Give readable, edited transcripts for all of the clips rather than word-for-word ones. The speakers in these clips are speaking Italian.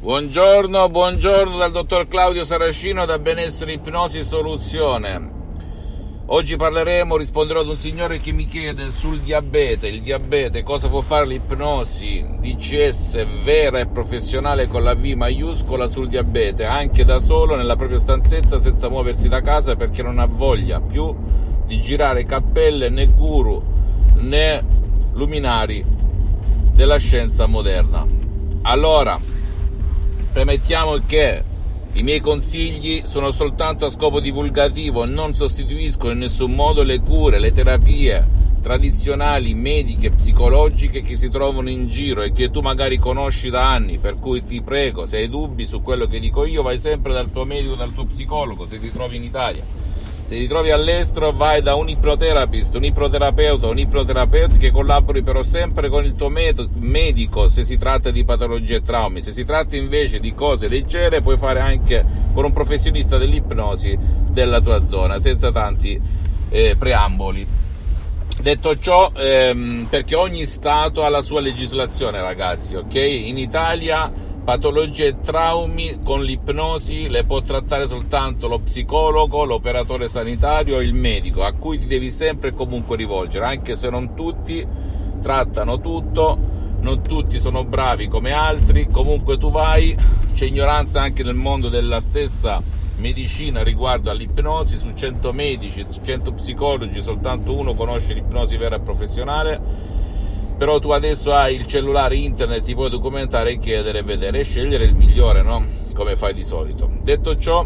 Buongiorno dal dottor Claudio Saracino da Benessere Ipnosi Soluzione. Oggi risponderò ad un signore che mi chiede sul diabete. Il diabete, cosa può fare l'ipnosi DCS vera e professionale con la V maiuscola sul diabete, anche da solo nella propria stanzetta senza muoversi da casa, perché non ha voglia più di girare cappelle né guru né luminari della scienza moderna. Allora, premettiamo che i miei consigli sono soltanto a scopo divulgativo, non sostituiscono in nessun modo le cure, le terapie tradizionali, mediche, psicologiche che si trovano in giro e che tu magari conosci da anni, per cui ti prego, se hai dubbi su quello che dico io, vai sempre dal tuo medico, dal tuo psicologo, se ti trovi in Italia. Se ti trovi all'estero, vai da un ipnoterapist, un ipnoterapeuta che collabori però sempre con il tuo medico se si tratta di patologie e traumi. Se si tratta invece di cose leggere, puoi fare anche con un professionista dell'ipnosi della tua zona, senza tanti preamboli. Detto ciò, perché ogni stato ha la sua legislazione, ragazzi, ok? In Italia patologie e traumi con l'ipnosi le può trattare soltanto lo psicologo, l'operatore sanitario e il medico, a cui ti devi sempre e comunque rivolgere, anche se non tutti trattano tutto, non tutti sono bravi come altri. Comunque tu vai, c'è ignoranza anche nel mondo della stessa medicina riguardo all'ipnosi. Su 100 medici, 100 psicologi, soltanto uno conosce l'ipnosi vera e professionale. Però tu adesso hai il cellulare, internet, ti puoi documentare e chiedere, vedere e scegliere il migliore, no? Come fai di solito. Detto ciò,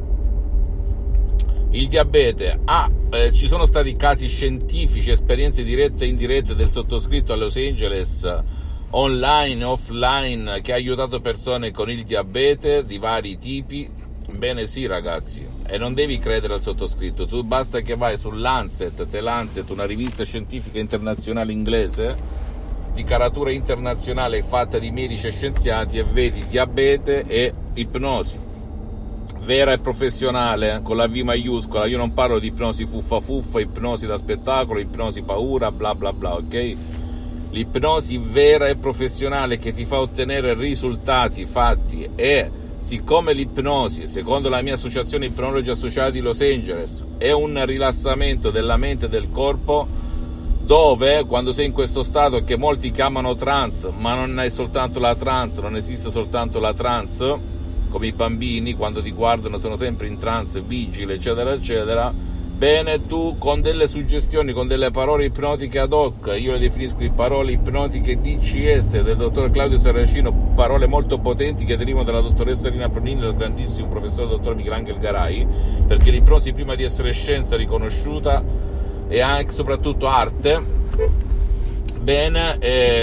il diabete ci sono stati casi scientifici, esperienze dirette e indirette del sottoscritto a Los Angeles, online e offline, che ha aiutato persone con il diabete di vari tipi. Bene, sì, ragazzi, e non devi credere al sottoscritto, tu basta che vai su Lancet, una rivista scientifica internazionale inglese di caratura internazionale fatta di medici e scienziati, e vedi diabete e ipnosi vera e professionale con la V maiuscola. Io non parlo di ipnosi fuffa, ipnosi da spettacolo, ipnosi paura, bla bla bla, ok? L'ipnosi vera e professionale che ti fa ottenere risultati fatti. E siccome l'ipnosi, secondo la mia associazione Ipnologi Associati di Los Angeles, è un rilassamento della mente e del corpo, dove quando sei in questo stato che molti chiamano trance, ma non è soltanto la trance, non esiste soltanto la trance, come i bambini quando ti guardano sono sempre in trance, vigile, eccetera eccetera. Bene, tu con delle suggestioni, con delle parole ipnotiche ad hoc, io le definisco le parole ipnotiche DCS del dottor Claudio Saracino, parole molto potenti che derivano dalla dottoressa Rina Pronini e dal grandissimo professore dottor Michelangelo Garai, perché l'ipnosi, prima di essere scienza riconosciuta, e anche soprattutto arte. Bene,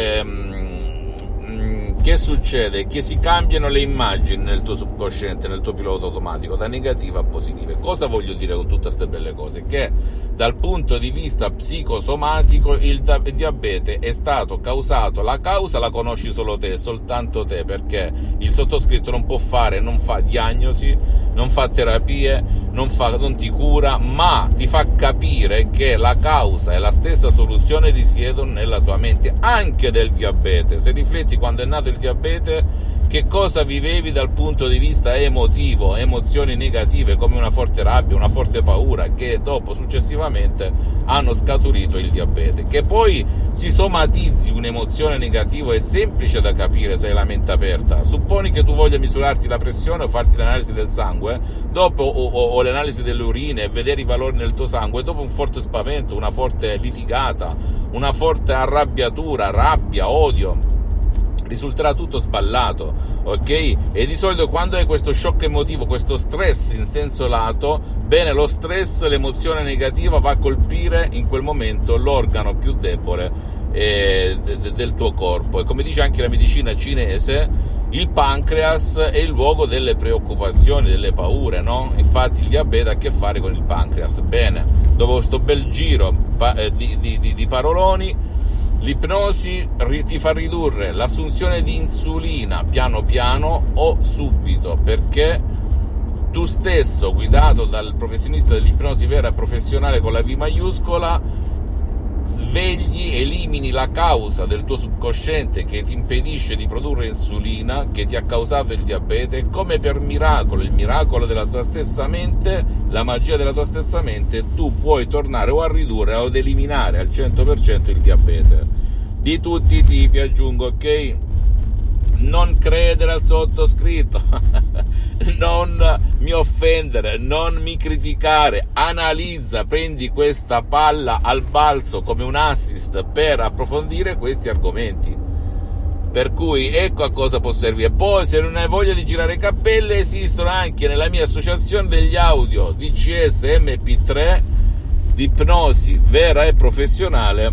che succede? Che si cambiano le immagini nel tuo subconsciente, nel tuo pilota automatico, da negative a positive. Cosa voglio dire con tutte queste belle cose? Che dal punto di vista psicosomatico il diabete è stato causato, la causa la conosci solo te, soltanto te, perché il sottoscritto non può fare, non fa diagnosi, non fa terapie, non ti cura, ma ti fa capire che la causa e la stessa soluzione risiedono nella tua mente, anche del diabete. Se rifletti, quando è nato il diabete, che cosa vivevi dal punto di vista emotivo, emozioni negative come una forte rabbia, una forte paura, che dopo successivamente hanno scaturito il diabete. Che poi si somatizzi un'emozione negativa è semplice da capire se hai la mente aperta. Supponi che tu voglia misurarti la pressione o farti l'analisi del sangue, dopo o l'analisi delle urine e vedere i valori nel tuo sangue, dopo un forte spavento, una forte litigata, una forte arrabbiatura, rabbia, odio, risulterà tutto sballato, ok? E di solito quando hai questo shock emotivo, questo stress in senso lato, bene, lo stress, l'emozione negativa va a colpire in quel momento l'organo più debole del tuo corpo. E come dice anche la medicina cinese, il pancreas è il luogo delle preoccupazioni, delle paure, no? Infatti il diabete ha a che fare con il pancreas. Bene, dopo questo bel giro di paroloni, l'ipnosi ti fa ridurre l'assunzione di insulina piano piano o subito, perché tu stesso, guidato dal professionista dell'ipnosi vera e professionale con la V maiuscola, svegli, elimini la causa del tuo subconsciente che ti impedisce di produrre insulina, che ti ha causato il diabete, e come per miracolo, il miracolo della tua stessa mente, la magia della tua stessa mente, tu puoi tornare o a ridurre o ad eliminare al 100% il diabete, di tutti i tipi, aggiungo, ok? Non credere al sottoscritto, non mi offendere, non mi criticare, analizza, prendi questa palla al balzo come un assist per approfondire questi argomenti. Per cui ecco a cosa può servire. Poi, se non hai voglia di girare i capelli, esistono anche nella mia associazione degli audio DCS MP3 di ipnosi vera e professionale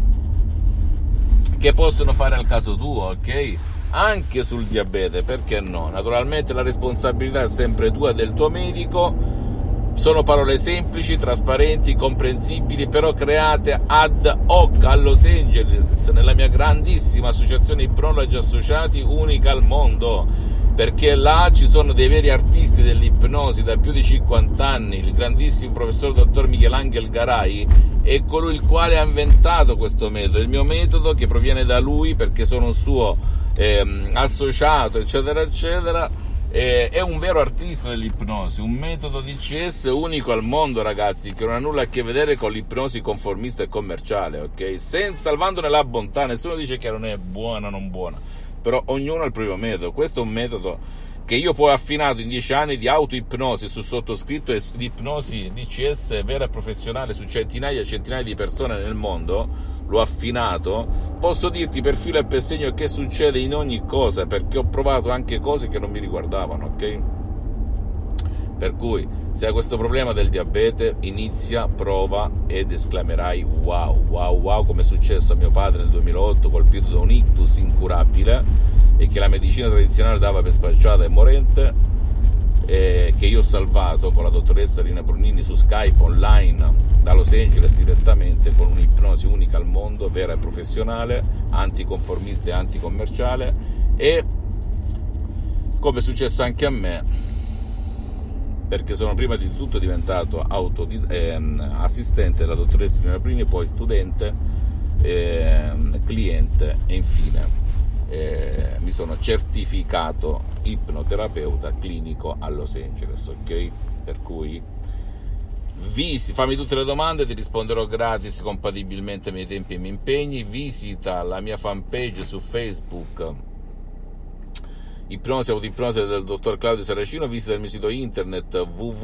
che possono fare al caso tuo, ok? Anche sul diabete, perché no? Naturalmente la responsabilità è sempre tua, del tuo medico. Sono parole semplici, trasparenti, comprensibili, però create ad hoc a Los Angeles nella mia grandissima associazione Ipnologi Associati, unica al mondo, perché là ci sono dei veri artisti dell'ipnosi da più di 50 anni. Il grandissimo professor dottor Michelangelo Garai è colui il quale ha inventato questo metodo, il mio metodo, che proviene da lui perché sono un suo associato, eccetera eccetera. È un vero artista dell'ipnosi, un metodo DCS unico al mondo, ragazzi, che non ha nulla a che vedere con l'ipnosi conformista e commerciale, ok? Salvandone la bontà. Nessuno dice che non è buona o non buona, però ognuno ha il proprio metodo. Questo è un metodo che io poi ho affinato in 10 anni di autoipnosi su sottoscritto e di ipnosi DCS vera e professionale su centinaia e centinaia di persone nel mondo. L'ho affinato, posso dirti per filo e per segno che succede in ogni cosa, perché ho provato anche cose che non mi riguardavano, ok? Per cui, se hai questo problema del diabete, inizia, prova ed esclamerai wow, wow, wow, come è successo a mio padre nel 2008, colpito da un ictus incurabile e che la medicina tradizionale dava per spacciata e morente, che io ho salvato con la dottoressa Rina Brunini su Skype online da Los Angeles direttamente, con un'ipnosi unica al mondo, vera e professionale, anticonformista e anticommerciale. E come è successo anche a me, perché sono prima di tutto diventato assistente della dottoressa Rina Brunini, poi studente, cliente e infine mi sono certificato ipnoterapeuta clinico a Los Angeles, ok? Per cui fammi tutte le domande, ti risponderò gratis compatibilmente ai miei tempi e ai miei impegni. Visita la mia fanpage su Facebook, Ipnosi Autoipnosi del dottor Claudio Saracino. Visita il mio sito internet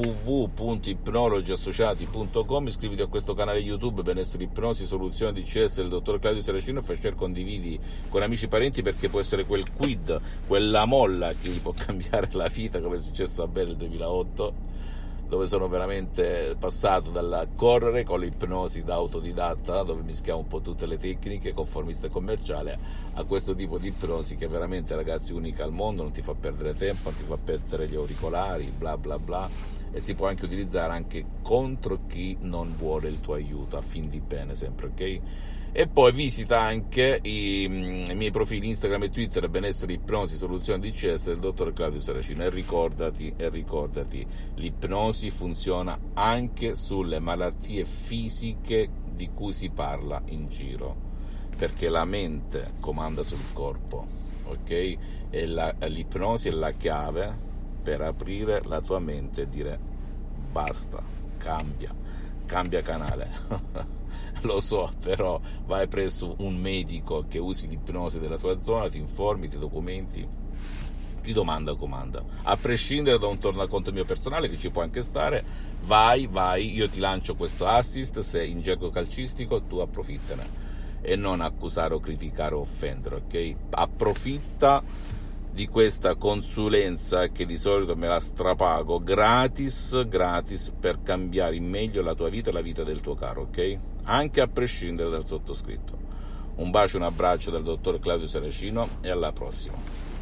www.ipnologiassociati.com. iscriviti a questo canale YouTube Benessere Ipnosi Soluzione DCS del dottor Claudio Saracino e fai share, condividi con amici e parenti, perché può essere quel quid, quella molla che gli può cambiare la vita, come è successo a me nel 2008, dove sono veramente passato dalla correre con l'ipnosi da autodidatta, dove mischiavo un po' tutte le tecniche, conformista e commerciale, a questo tipo di ipnosi che è veramente, ragazzi, unica al mondo, non ti fa perdere tempo, non ti fa perdere gli auricolari, bla bla bla, e si può anche utilizzare anche contro chi non vuole il tuo aiuto, a fin di bene sempre, ok? E poi visita anche i miei profili Instagram e Twitter Benessere Ipnosi Soluzione DCS del dottor Claudio Saracino. E ricordati, l'ipnosi funziona anche sulle malattie fisiche di cui si parla in giro, perché la mente comanda sul corpo, ok? E l'ipnosi è la chiave per aprire la tua mente e dire basta, cambia canale. Lo so, però vai presso un medico che usi l'ipnosi della tua zona, ti informi, ti documenti, ti comanda, a prescindere da un tornaconto mio personale che ci può anche stare. Vai, io ti lancio questo assist, se in gergo calcistico tu approfittane e non accusare o criticare o offendere, ok? Approfitta di questa consulenza che di solito me la strapago gratis per cambiare in meglio la tua vita e la vita del tuo caro, ok? Anche a prescindere dal sottoscritto. Un bacio, un abbraccio dal dottor Claudio Saracino e alla prossima.